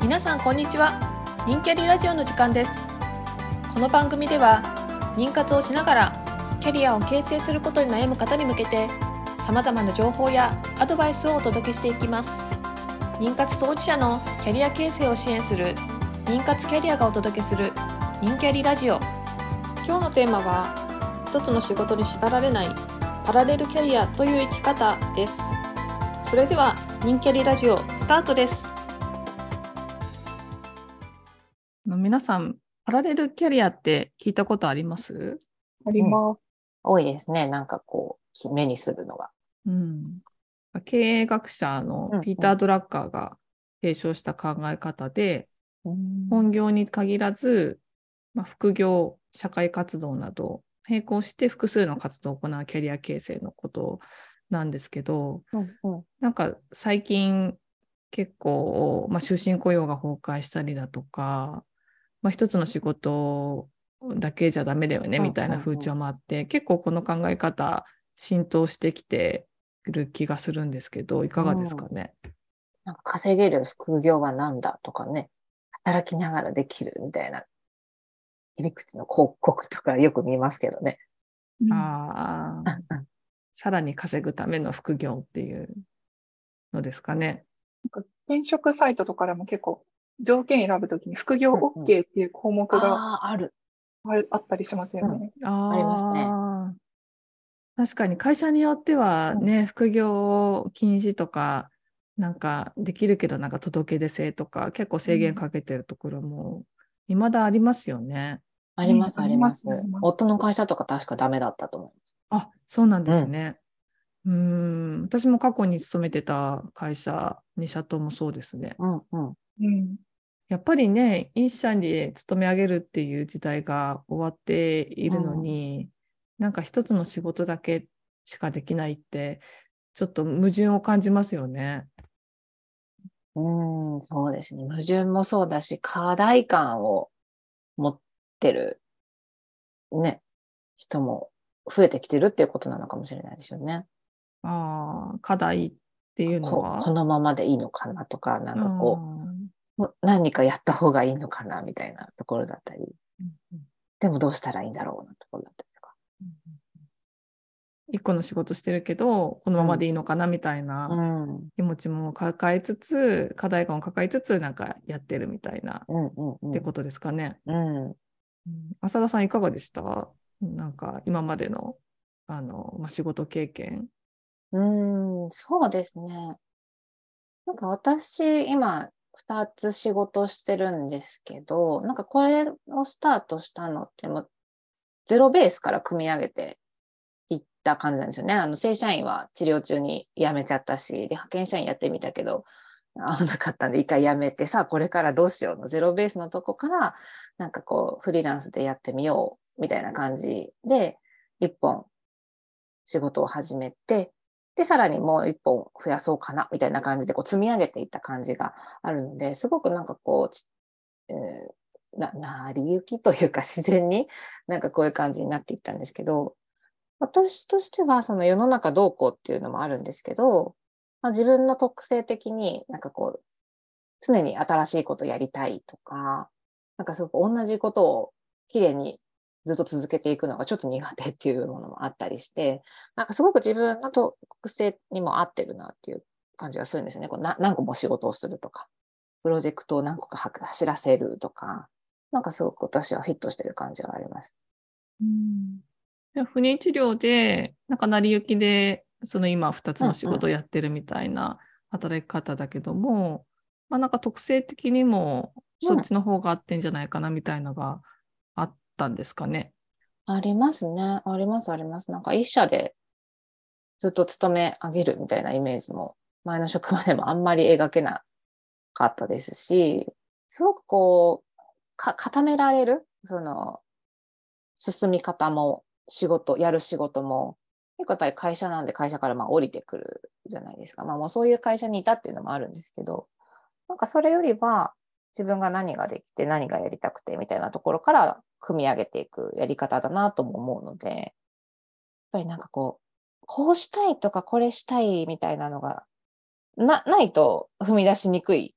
皆さんこんにちは。妊キャリラジオの時間です。この番組では妊活をしながらキャリアを形成することに悩む方に向けて様々な情報やアドバイスをお届けしていきます。妊活当事者のキャリア形成を支援する妊活キャリアがお届けする妊キャリラジオ。今日のテーマは一つの仕事に縛られないパラレルキャリアという生き方です。それでは妊キャリラジオスタートです。皆さんパラレルキャリアって聞いたことあります？ あります。多いですね。なんかこう、目にするのが。 経営学者のピーター・ドラッカーが提唱した考え方で、本業に限らず、副業、社会活動など並行して複数の活動を行うキャリア形成のことなんですけど、なんか最近結構、終身雇用が崩壊したりだとか、一つの仕事だけじゃダメだよねみたいな風潮もあって、結構この考え方浸透してきてる気がするんですけど、いかがですかね。 なんか稼げる副業は何だとかね、働きながらできるみたいな切り口の広告とかよく見ますけどね。 さらに稼ぐための副業っていうのですかね。 なんか転職サイトとかでも結構条件選ぶときに副業 OK っていう項目があったりしますよね。 ありますね。 確かに会社によってはね、副業禁止とかなんかできるけどなんか届け出制とか結構制限かけてるところも未だありますよね。 ありますあります。夫の会社とか確かダメだったと思います。 あ、そうなんですね。私も過去に勤めてた会社2社ともそうですね。やっぱりね、一社に勤め上げるっていう時代が終わっているのに、なんか一つの仕事だけしかできないってちょっと矛盾を感じますよね。 そうですね。矛盾もそうだし、課題感を持ってるね、人も増えてきてるっていうことなのかもしれないですよね。 課題っていうのはこのままでいいのかなとか、なんかこう、何かやった方がいいのかなみたいなところだったり、でもどうしたらいいんだろうなところだったりとか。 一個の仕事してるけど、このままでいいのかなみたいな気持ちも抱えつつ、課題感を抱えつつ、なんかやってるみたいなってことですかね。浅田さんいかがでした？なんか今までの、仕事経験。 そうですね。なんか私、今、2つ仕事してるんですけど、なんかこれをスタートしたのってもう、ゼロベースから組み上げていった感じなんですよね。正社員は治療中に辞めちゃったし、で、派遣社員やってみたけど、合わなかったんで一回辞めて、さあこれからどうしようのゼロベースのとこから、なんかこう、フリーランスでやってみようみたいな感じで、一本仕事を始めて、で、さらにもう一本増やそうかな、みたいな感じでこう積み上げていった感じがあるので、すごくなんかこう、成り行きというか自然になんかこういう感じになっていったんですけど、私としてはその世の中どうこうっていうのもあるんですけど、自分の特性的になんかこう、常に新しいことやりたいとか、なんかすごく同じことをきれいにずっと続けていくのがちょっと苦手っていうものもあったりして、なんかすごく自分の特性にも合ってるなっていう感じがするんですね。こう何個も仕事をするとか、プロジェクトを何個か走らせるとか、なんかすごく私はフィットしてる感じがあります。 不妊治療で、なんか成り行きで、その今2つの仕事をやってるみたいな働き方だけども、なんか特性的にもそっちの方が合ってんじゃないかなみたいなのがあったんですかね。 ありますね。ありますあります。なんか一社でずっと勤め上げるみたいなイメージも前の職場でもあんまり描けなかったですし、すごくこう、固められる、その、進み方も、やる仕事も、結構やっぱり会社なんで会社から降りてくるじゃないですか。もうそういう会社にいたっていうのもあるんですけど、なんかそれよりは自分が何ができて何がやりたくてみたいなところから組み上げていくやり方だなとも思うので、やっぱりなんかこうしたいとかこれしたいみたいなのがないと踏み出しにくい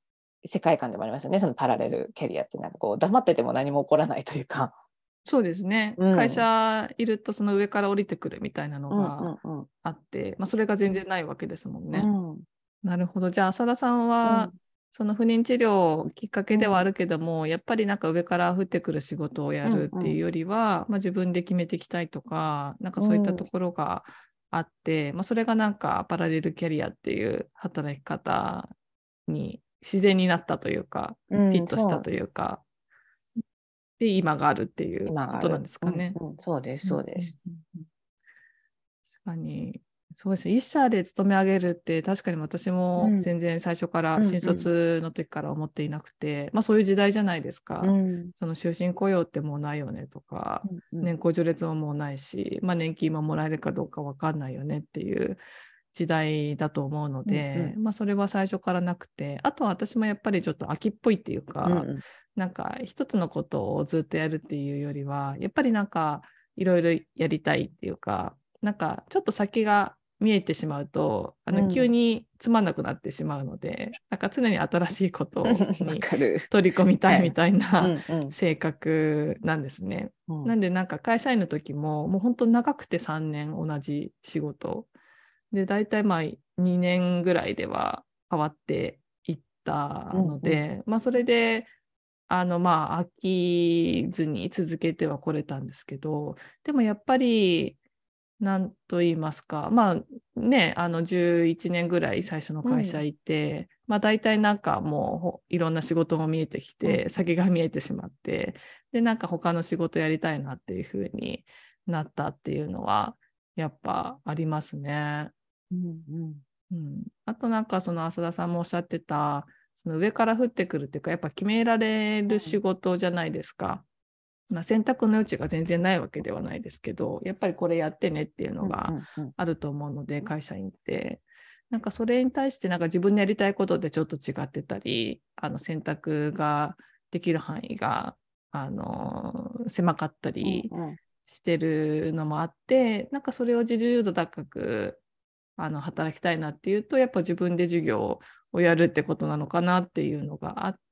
世界観でもありますよね。そのパラレルキャリアってなんかこう黙ってても何も起こらないというか。 そうですね、会社いるとその上から降りてくるみたいなのがあって、それが全然ないわけですもんね。なるほど。じゃあ浅田さんは、その不妊治療きっかけではあるけども、やっぱりなんか上から降ってくる仕事をやるっていうよりは、自分で決めていきたいとか、なんかそういったところがあって、それがなんかパラレルキャリアっていう働き方に自然になったというか、フィットしたというか、で今があるっていうことなんですかね。 そうです、そうです。 確かに。そうですね。一社で勤め上げるって確かに私も全然最初から新卒の時から思っていなくて、そういう時代じゃないですか。その終身雇用ってもうないよねとか、年功序列ももうないし、年金ももらえるかどうか分かんないよねっていう時代だと思うので、それは最初からなくて、あとは私もやっぱりちょっと秋っぽいっていうか、なんか一つのことをずっとやるっていうよりは、やっぱりなんかいろいろやりたいっていうか、なんかちょっと先が見えてしまうと急につまんなくなってしまうので、なんか常に新しいことに取り込みたいみたいな性格なんですね。なんでなんか会社員の時ももう本当長くて3年同じ仕事で、大体2年ぐらいでは変わっていったので、それで飽きずに続けてはこれたんですけど、でもやっぱりなんと言いますか、11年ぐらい最初の会社行って、大体なんかもういろんな仕事も見えてきて、先が見えてしまって、で、なんか他の仕事やりたいなっていう風になったっていうのは、やっぱありますね。あとなんかその浅田さんもおっしゃってた、その上から降ってくるっていうか、やっぱ決められる仕事じゃないですか。選択の余地が全然ないわけではないですけど、やっぱりこれやってねっていうのがあると思うので、会社員って。なんかそれに対してなんか自分のやりたいことでちょっと違ってたり、選択ができる範囲が狭かったりしてるのもあって、なんかそれを自由度高く働きたいなっていうと、やっぱ自分で授業をやるってことなのかなっていうのがあって、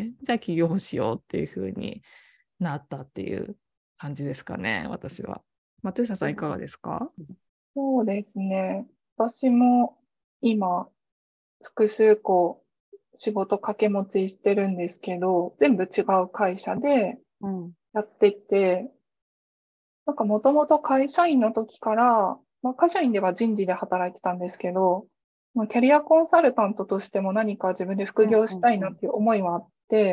じゃあ起業しようっていうふうになったっていう感じですかね、私は。松下さんいかがですか？ そうですね。私も今、複数個仕事掛け持ちしてるんですけど、全部違う会社でやってて、なんかもともと会社員の時から、会社員では人事で働いてたんですけど、キャリアコンサルタントとしても何か自分で副業したいなっていう思いはあって、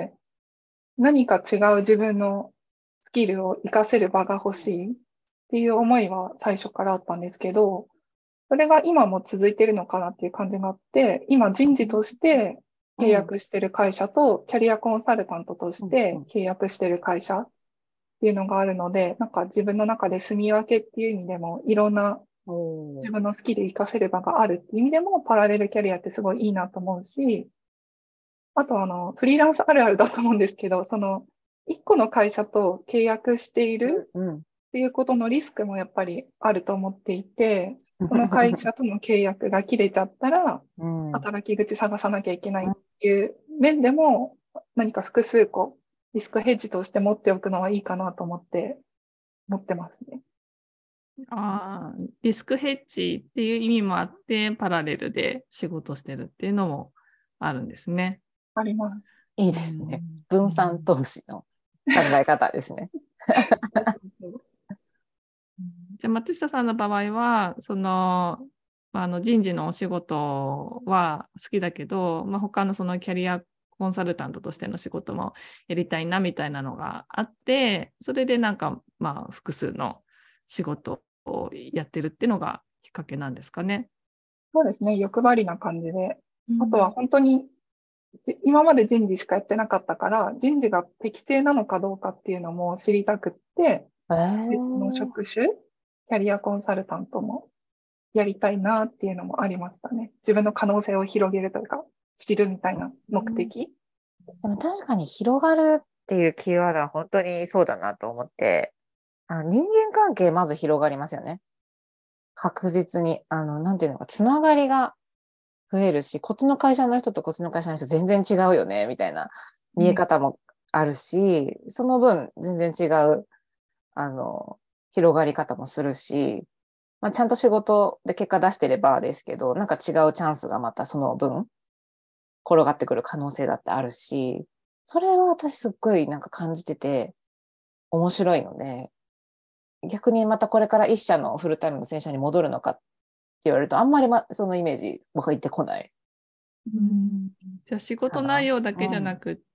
何か違う自分のスキルを活かせる場が欲しいっていう思いは最初からあったんですけど、それが今も続いてるのかなっていう感じがあって、今人事として契約してる会社とキャリアコンサルタントとして契約してる会社っていうのがあるので、なんか自分の中で住み分けっていう意味でも、いろんな自分のスキル活かせる場があるっていう意味でも、パラレルキャリアってすごいいいなと思うし、あとフリーランスあるあるだと思うんですけど、一個の会社と契約しているっていうことのリスクもやっぱりあると思っていて、その会社との契約が切れちゃったら、働き口探さなきゃいけないっていう面でも、何か複数個リスクヘッジとして持っておくのはいいかなと思って持ってますね。 リスクヘッジっていう意味もあって、パラレルで仕事してるっていうのもあるんですね。 あります。 いいですね。分散投資の考え方ですね。 じゃあ松下さんの場合は、人事のお仕事は好きだけど、他のそのキャリアコンサルタントとしての仕事もやりたいなみたいなのがあって、それでなんか複数の仕事をやってるっていうのがきっかけなんですかね。 そうですね。欲張りな感じで。あとは本当に今まで人事しかやってなかったから、人事が適正なのかどうかっていうのも知りたくって、別の職種、キャリアコンサルタントもやりたいなっていうのもありましたね。自分の可能性を広げるというか、知るみたいな目的。 でも確かに広がるっていうキーワードは本当にそうだなと思って、人間関係まず広がりますよね。確実に。なんていうのか、つながりが増えるし、こっちの会社の人とこっちの会社の人全然違うよね、みたいな見え方もあるし、その分全然違う、広がり方もするし、まあ、ちゃんと仕事で結果出してればですけど、なんか違うチャンスがまたその分転がってくる可能性だってあるし、それは私すっごいなんか感じてて面白いので、逆にまたこれから一社のフルタイムの正社に戻るのかって言われると、あんまり、そのイメージ湧いてこない。 じゃあ仕事内容だけじゃなくって、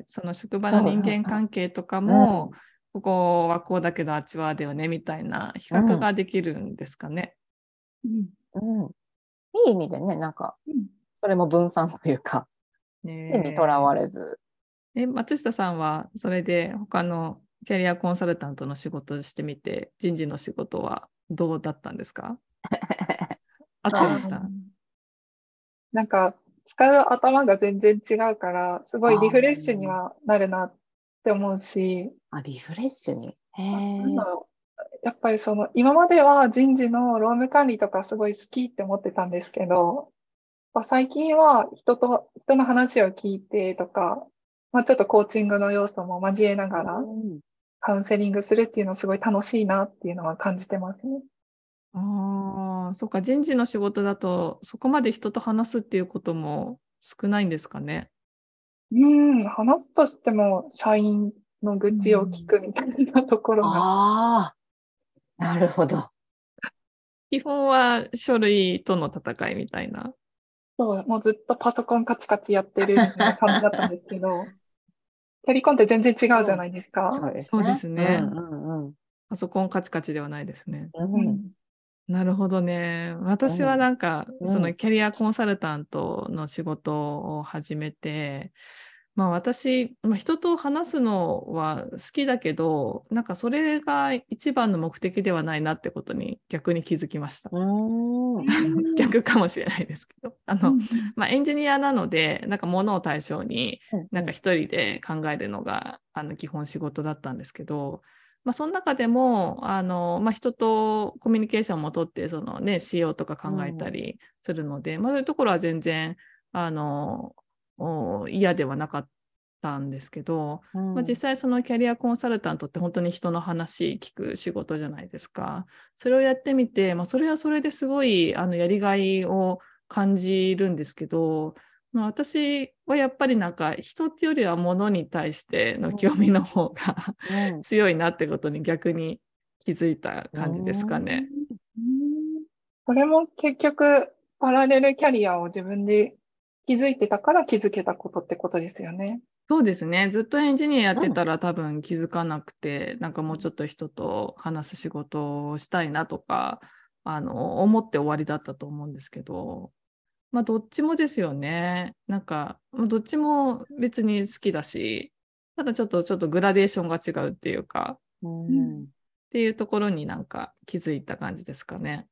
その職場の人間関係とかうも、 ん、 ここはこうだけどあっちはだよねみたいな比較ができるんですかね。 いい意味でね、なんか、それも分散というか、手にとらわれず。 松下さんはそれで他のキャリアコンサルタントの仕事をしてみて、人事の仕事はどうだったんですか？合ってました？ なんか、使う頭が全然違うから、すごいリフレッシュにはなるなって思うし、 リフレッシュに。 なんだろう。やっぱり今までは人事の労務管理とかすごい好きって思ってたんですけど、最近は人の話を聞いてとか、ちょっとコーチングの要素も交えながらカウンセリングするっていうのすごい楽しいなっていうのは感じてますね。 ああ、そっか、人事の仕事だと、そこまで人と話すっていうことも少ないんですかね。 話すとしても、社員の愚痴を聞くみたいなところが。 ああ、なるほど。 基本は書類との戦いみたいな。 そう、もうずっとパソコンカチカチやってるみたいな感じだったんですけど、キャリコンって全然違うじゃないですか。 そうですね。 うんうんパソコンカチカチではないですね。 うんなるほどね。私はなんか、そのキャリアコンサルタントの仕事を始めて、私、人と話すのは好きだけど、なんかそれが一番の目的ではないなってことに逆に気づきました。逆かもしれないですけど。エンジニアなので、なんか物を対象に、なんか一人で考えるのが基本仕事だったんですけど、その中でも人とコミュニケーションもとってその、ね、仕様とか考えたりするので、そういうところは全然嫌ではなかったんですけど、実際そのキャリアコンサルタントって本当に人の話聞く仕事じゃないですか。それをやってみて、それはそれですごいやりがいを感じるんですけど、私はやっぱりなんか人ってよりは物に対しての興味の方が強いなってことに逆に気づいた感じですかね。 これも結局、パラレルキャリアを自分で気づいてたから気づけたことってことですよね。 そうですね。ずっとエンジニアやってたら多分気づかなくて、なんかもうちょっと人と話す仕事をしたいなとか、思って終わりだったと思うんですけど、どっちもですよね。なんか、どっちも別に好きだし、ただちょっとグラデーションが違うっていうか、っていうところになんか気づいた感じですかね。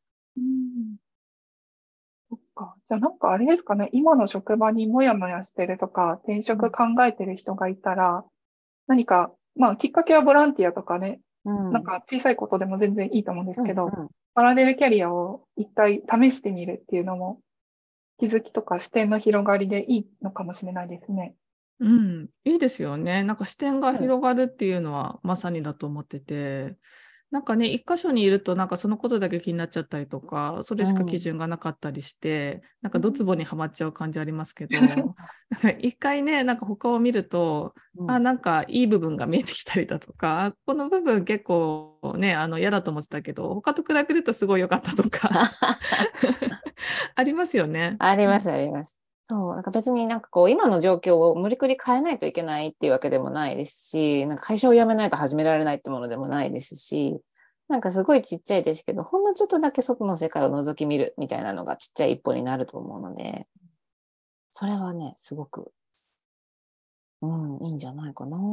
そっか。じゃあなんかあれですかね。今の職場にもやもやしてるとか、転職考えてる人がいたら、何か、きっかけはボランティアとかね、なんか小さいことでも全然いいと思うんですけど、パラレルキャリアを一回試してみるっていうのも、気づきとか視点の広がりでいいのかもしれないですね。 いいですよね。なんか視点が広がるっていうのはまさにだと思ってて、なんかね、一箇所にいると、なんかそのことだけ気になっちゃったりとか、それしか基準がなかったりして、なんかドツボにはまっちゃう感じありますけど、一回ね、なんか他を見ると、なんかいい部分が見えてきたりだとか、この部分結構ね、嫌だと思ってたけど、他と比べるとすごい良かったとか、ありますよね。 あります、あります。そう、なんか別になんかこう、今の状況を無理くり変えないといけないっていうわけでもないですし、なんか会社を辞めないと始められないってものでもないですし、なんかすごいちっちゃいですけど、ほんのちょっとだけ外の世界を覗き見るみたいなのがちっちゃい一歩になると思うので、それはね、すごく、いいんじゃないかな。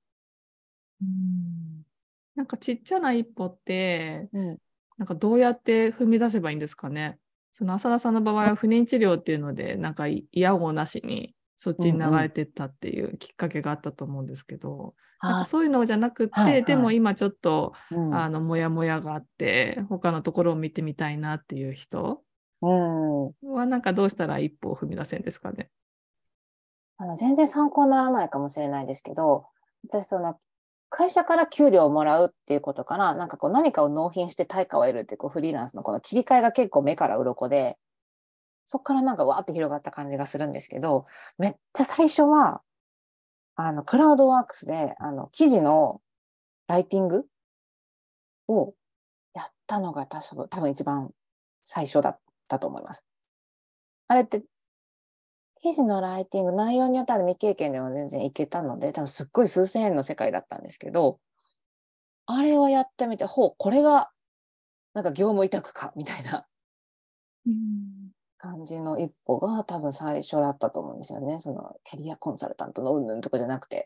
なんかちっちゃな一歩って、なんかどうやって踏み出せばいいんですかね。その浅田さんの場合は不妊治療っていうので、なんか嫌をなしにそっちに流れてったっていうきっかけがあったと思うんですけど、なんかそういうのじゃなくて、でも今ちょっと、もやもやがあって、他のところを見てみたいなっていう人はなんかどうしたら一歩を踏み出せんですかね。 全然参考にならないかもしれないですけど、私会社から給料をもらうっていうことから、なんかこう何かを納品して対価を得るっていうフリーランスのこの切り替えが結構目から鱗で、そこからなんかわーって広がった感じがするんですけど、めっちゃ最初は、クラウドワークスで、記事のライティングをやったのが多分一番最初だったと思います。あれって記事のライティング、内容によっては未経験でも全然いけたので、多分すっごい数千円の世界だったんですけど、あれをやってみて、これがなんか業務委託かみたいな感じの一歩が多分最初だったと思うんですよね。そのキャリアコンサルタントのうんぬんとかじゃなくて。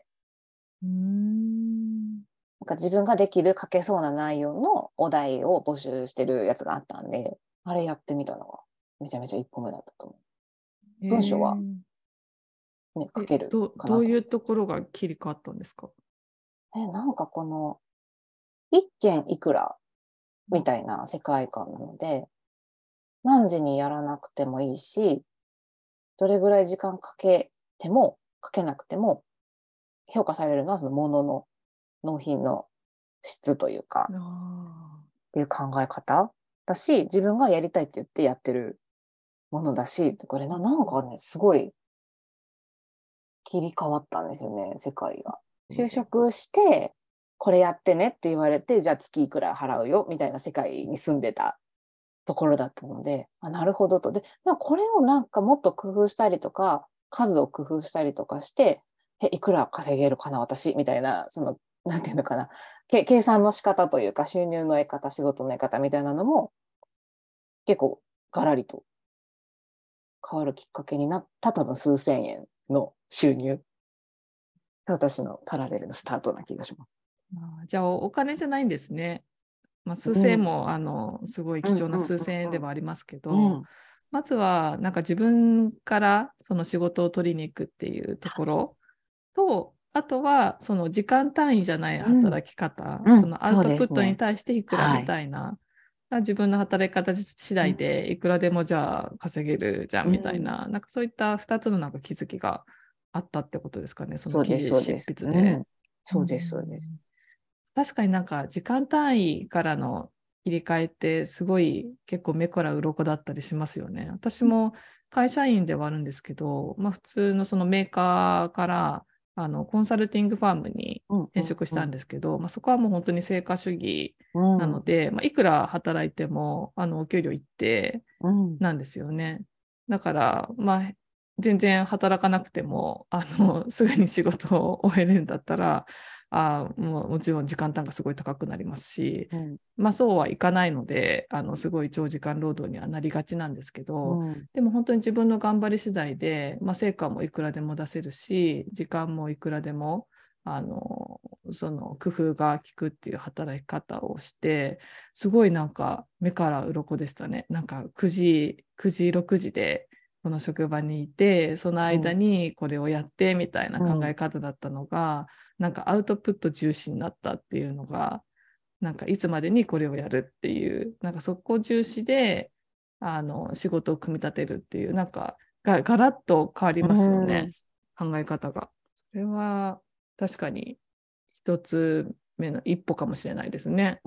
なんか自分ができる書けそうな内容のお題を募集してるやつがあったんで、あれやってみたのがめちゃめちゃ一歩目だったと思う。文章は、ね、書けるかなと。 どういうところが切り替わったんですか？ なんかこの一件いくらみたいな世界観なので、何時にやらなくてもいいし、どれぐらい時間かけてもかけなくても評価されるのはそのものの納品の質というかっていう考え方だし、自分がやりたいって言ってやってるものだし、これなんかね、すごい切り替わったんですよね、世界が。就職してこれやってねって言われて、じゃあ月いくら払うよみたいな世界に住んでたところだったので、なるほどと。でもこれをなんかもっと工夫したりとか、数を工夫したりとかして、いくら稼げるかな私みたいな、なんていうのかな、計算の仕方というか、収入の得方、仕事の得方みたいなのも結構ガラリと変わるきっかけになった多分数千円の収入。私のパラレルのスタートな気がします。 じゃあお金じゃないんですね。数千円も、すごい貴重な数千円ではありますけど、まずはなんか自分からその仕事を取りに行くっていうところと、あとはその時間単位じゃない働き方、そのアウトプットに対していくらみたいな、自分の働き方次第でいくらでもじゃあ稼げるじゃんみたいな、なんかそういった2つのなんか気づきがあったってことですかね、その記事執筆で。 そうです、そうです。 確かになんか時間単位からの切り替えってすごい結構目から鱗だったりしますよね。私も会社員ではあるんですけど、普通のそのメーカーからコンサルティングファームに転職したんですけど、そこはもう本当に成果主義なので、いくら働いてもお給料一定なんですよね。だから全然働かなくてもすぐに仕事を終えるんだったらもちろん時間単価すごい高くなりますし、そうはいかないのですごい長時間労働にはなりがちなんですけど、でも本当に自分の頑張り次第で、成果もいくらでも出せるし、時間もいくらでもその工夫が効くっていう働き方をして、すごいなんか目から鱗でしたね。なんか9時6時でこの職場にいて、その間にこれをやってみたいな考え方だったのが、なんかアウトプット重視になったっていうのが、なんかいつまでにこれをやるっていう、なんかそこ重視で仕事を組み立てるっていう、なんかガラッと変わりますよね、考え方が。それは確かに一つ目の一歩かもしれないですね。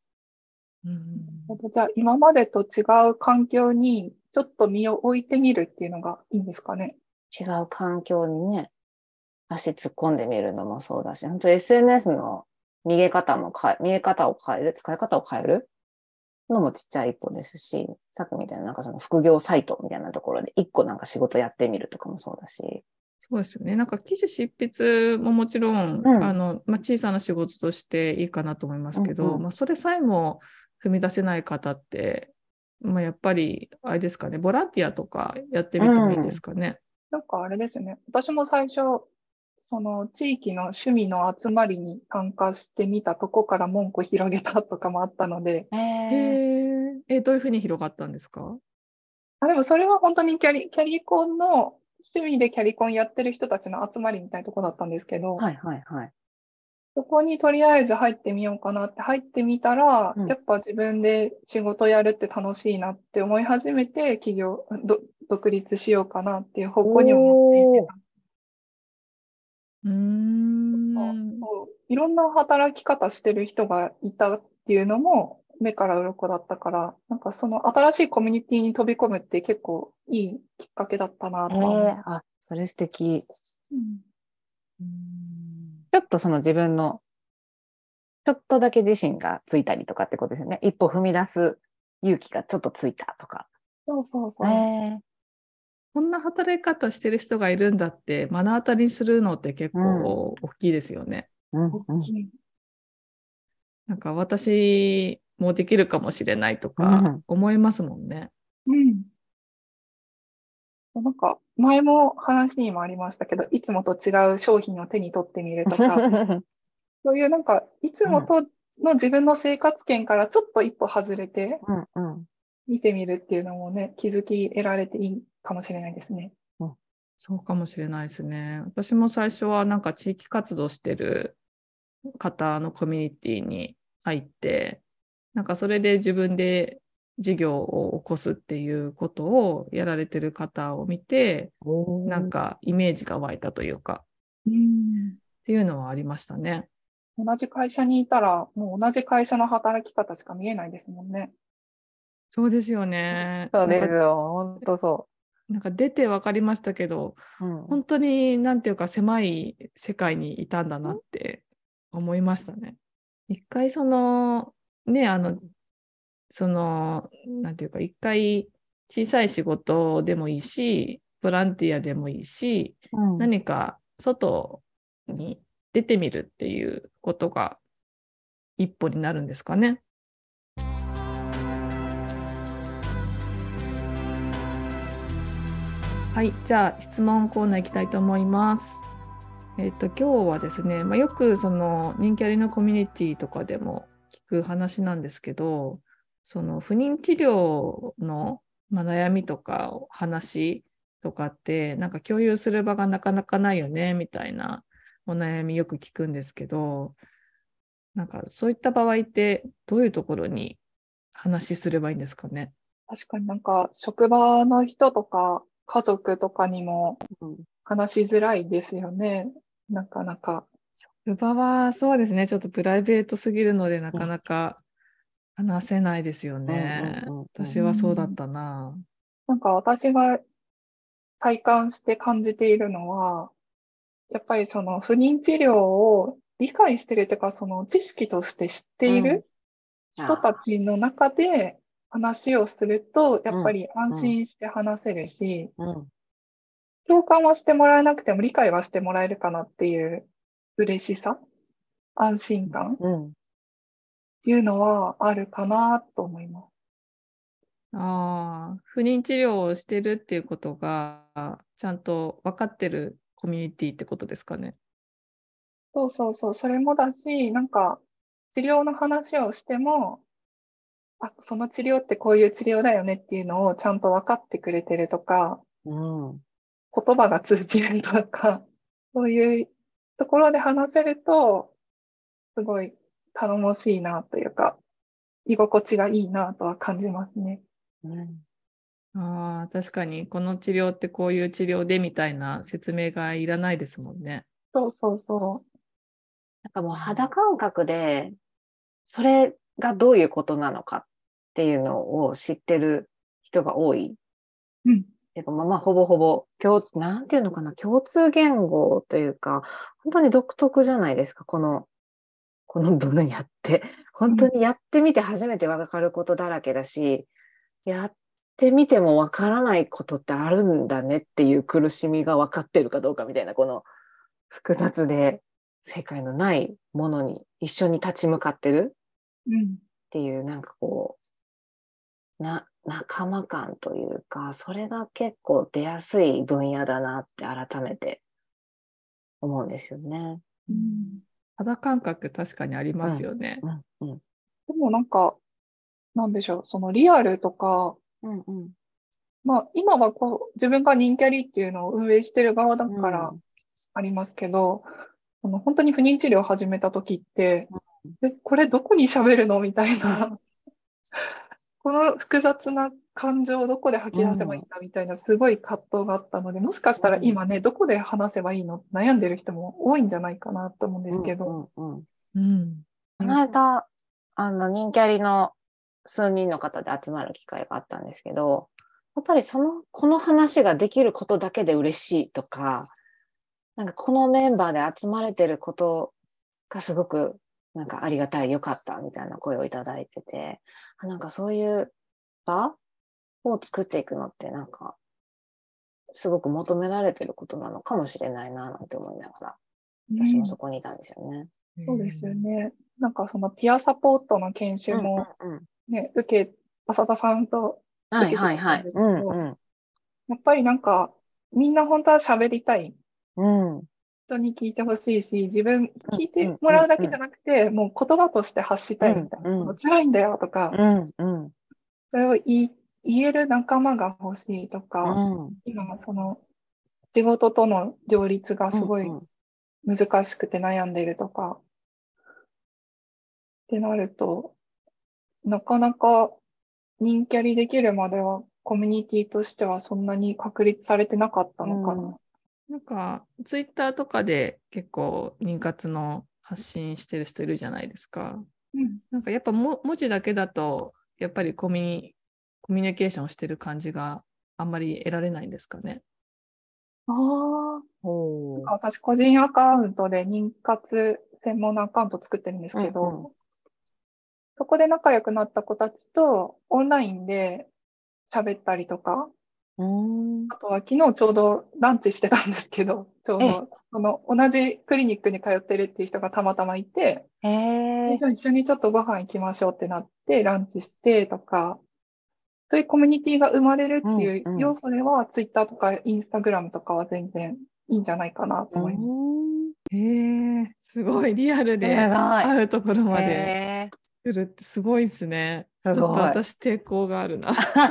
じゃあ今までと違う環境にちょっと身を置いてみるっていうのがいいんですかね。 違う環境にね、足突っ込んでみるのもそうだし、本当 SNS の見え方を変える、使い方を変えるのもちっちゃい一歩ですし、さっきみたいななんかその副業サイトみたいなところで一個なんか仕事やってみるとかもそうだし。 そうですよね。なんか記事執筆ももちろん、小さな仕事としていいかなと思いますけど、それさえも踏み出せない方って、やっぱりあれですかね、ボランティアとかやってみてもいいですかね。 なんかあれですね。私も最初、その地域の趣味の集まりに参加してみたとこから門戸広げたとかもあったので。 どういうふうに広がったんですか？ でもそれは本当にキャリコンの趣味でキャリコンやってる人たちの集まりみたいなところだったんですけど、 そこにとりあえず入ってみようかなって入ってみたら、やっぱ自分で仕事やるって楽しいなって思い始めて、独立しようかなっていう方向にも持っていってた。いろんな働き方してる人がいたっていうのも目から鱗だったから、なんかその新しいコミュニティに飛び込むって結構いいきっかけだったなと思う。 あ、それ素敵。ちょっとその自分のちょっとだけ自信がついたりとかってことですよね。一歩踏み出す勇気がちょっとついたとか。 そうそうそう。 こんな働き方してる人がいるんだって目の当たりにするのって結構大きいですよね。なんか私もできるかもしれないとか思いますもんね。 なんか前も話にもありましたけど、いつもと違う商品を手に取ってみるとか、そういうなんかいつもとの自分の生活圏からちょっと一歩外れて見てみるっていうのもね、気づき得られていいかもしれないですね。 そうかもしれないですね。私も最初はなんか地域活動してる方のコミュニティに入って、なんかそれで自分で事業を起こすっていうことをやられてる方を見て、なんかイメージが湧いたというか、っていうのはありましたね。 同じ会社にいたら、もう同じ会社の働き方しか見えないですもんね。 そうですよね。 そうですよ。本当そう。 なんか出て分かりましたけど、本当になんていうか狭い世界にいたんだなって思いましたね。一回ね、なんていうか、一回小さい仕事でもいいし、ボランティアでもいいし、何か外に出てみるっていうことが一歩になるんですかね。はい、じゃあ質問コーナー行きたいと思います。今日はですね、よくその人気ありのコミュニティとかでも聞く話なんですけど、その不妊治療の、悩みとか話とかってなんか共有する場がなかなかないよねみたいなお悩みよく聞くんですけど、なんかそういった場合ってどういうところに話すればいいんですかね。 確かになんか職場の人とか家族とかにも話しづらいですよね。なかなか。 職場はそうですね、ちょっとプライベートすぎるのでなかなか話せないですよね。私はそうだったな。 なんか私が体感して感じているのは、やっぱりその不妊治療を理解しているというか、その知識として知っている人たちの中で話をすると、やっぱり安心して話せるし、共感はしてもらえなくても理解はしてもらえるかなっていう嬉しさ、安心感っていうのはあるかなと思います。 不妊治療をしてるっていうことがちゃんと分かってるコミュニティってことですかね。 そうそうそう、それもだし、なんか治療の話をしても、その治療ってこういう治療だよねっていうのをちゃんと分かってくれてるとか、言葉が通じるとか、そういうところで話せると、すごい頼もしいなというか、居心地がいいなとは感じますね。 確かにこの治療ってこういう治療でみたいな説明がいらないですもんね。 そうそうそう。 なんかもう肌感覚で、それがどういうことなのかっていうのを知ってる人が多い。やっぱほぼほぼなんていうのかな、共通言語というか、本当に独特じゃないですか、この分野って。本当にやってみて初めてわかることだらけだし、やってみてもわからないことってあるんだねっていう苦しみが分かってるかどうかみたいな、この複雑で正解のないものに一緒に立ち向かってるっていう、なんかこう、仲間感というか、それが結構出やすい分野だなって改めて思うんですよね。 肌感覚確かにありますよね。 でもなんか、なんでしょう、そのリアルとか、今は自分が人キャリっていうのを運営してる側だからありますけど、 本当に不妊治療を始めた時って、これどこに喋るのみたいな、この複雑な感情をどこで吐き出せばいいんだみたいな、すごい葛藤があったので、もしかしたら今ね、どこで話せばいいのって悩んでる人も多いんじゃないかなと思うんですけど。 この間、人気ありの数人の方で集まる機会があったんですけど、やっぱりこの話ができることだけで嬉しいとか、なんかこのメンバーで集まれてることがすごくなんかありがたい、よかったみたいな声をいただいてて、なんかそういう場を作っていくのってなんかすごく求められてることなのかもしれないななんて思いながら、私もそこにいたんですよね。 そうですよね。なんかそのピアサポートの研修もね、浅田さんと受けてたんですけど、やっぱりなんかみんな本当は喋りたい。人に聞いてほしいし、自分聞いてもらうだけじゃなくて、もう言葉として発したいみたいな。辛いんだよとか、それを言える仲間が欲しいとか、今その仕事との両立がすごい難しくて悩んでいるとか、ってなると、なかなか人キャリできるまではコミュニティとしてはそんなに確立されてなかったのかな。 なんかツイッターとかで結構妊活の発信してる人いるじゃないですか。なんかやっぱ文字だけだとやっぱりコミュニケーションしてる感じがあんまり得られないんですかね。 私個人アカウントで妊活専門のアカウント作ってるんですけど、そこで仲良くなった子たちとオンラインで喋ったりとか、あとは昨日ちょうどランチしてたんですけど、ちょうど同じクリニックに通ってるっていう人がたまたまいて、じゃあ一緒にちょっとご飯行きましょうってなってランチしてとか、そういうコミュニティが生まれるっていう要素では、ツイッターとかインスタグラムとかは全然いいんじゃないかなと思います。 すごいリアルで会うところまで来るってすごいですね。ちょっと私抵抗があるな。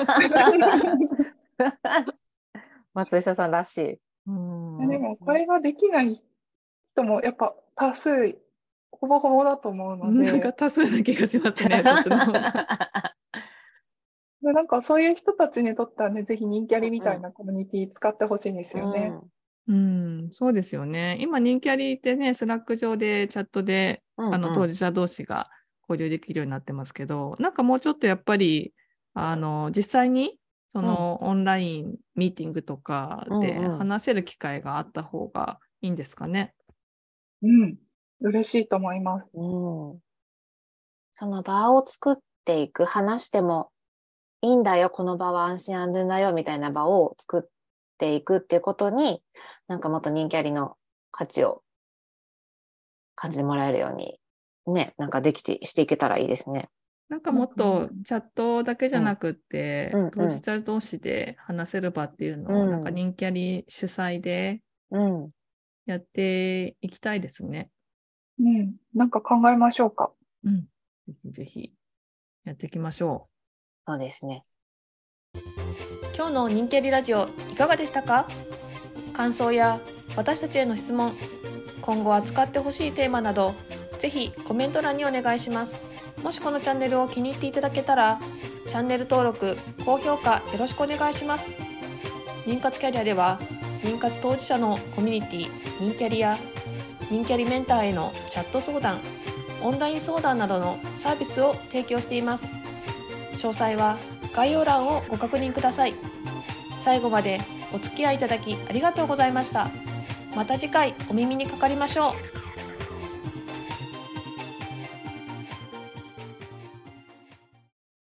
松下さんらしい。でもこれができない人もやっぱ多数、ほぼほぼだと思うので。 なんか多数な気がしますね、そっちの方が。 なんかそういう人たちにとってはね、ぜひ人気ありみたいなコミュニティ使ってほしいんですよね。 そうですよね。今人気ありってね、スラック上でチャットで、当事者同士が交流できるようになってますけど、なんかもうちょっとやっぱり実際にそのオンラインミーティングとかで話せる機会があった方がいいんですかね。 嬉しいと思います。 その場を作っていく、話してもいいんだよ、この場は安心安全だよみたいな場を作っていくっていうことに、なんかもっと人気ありの価値を感じてもらえるようにね、なんかしていけたらいいですね。 なんかもっとチャットだけじゃなくって、当事者同士で話せる場っていうのを、なんか人気あり主催でやっていきたいですね。 なんか考えましょうか。 ぜひぜひやっていきましょう。そうですね。 今日の人気ありラジオいかがでしたか？感想や私たちへの質問、今後扱ってほしいテーマなど、ぜひコメント欄にお願いします。もしこのチャンネルを気に入っていただけたら、チャンネル登録、高評価よろしくお願いします。妊活キャリアでは、妊活当事者のコミュニティ、人キャリや人キャリメンターへのチャット相談、オンライン相談などのサービスを提供しています。詳細は概要欄をご確認ください。最後までお付き合いいただきありがとうございました。また次回お耳にかかりましょう。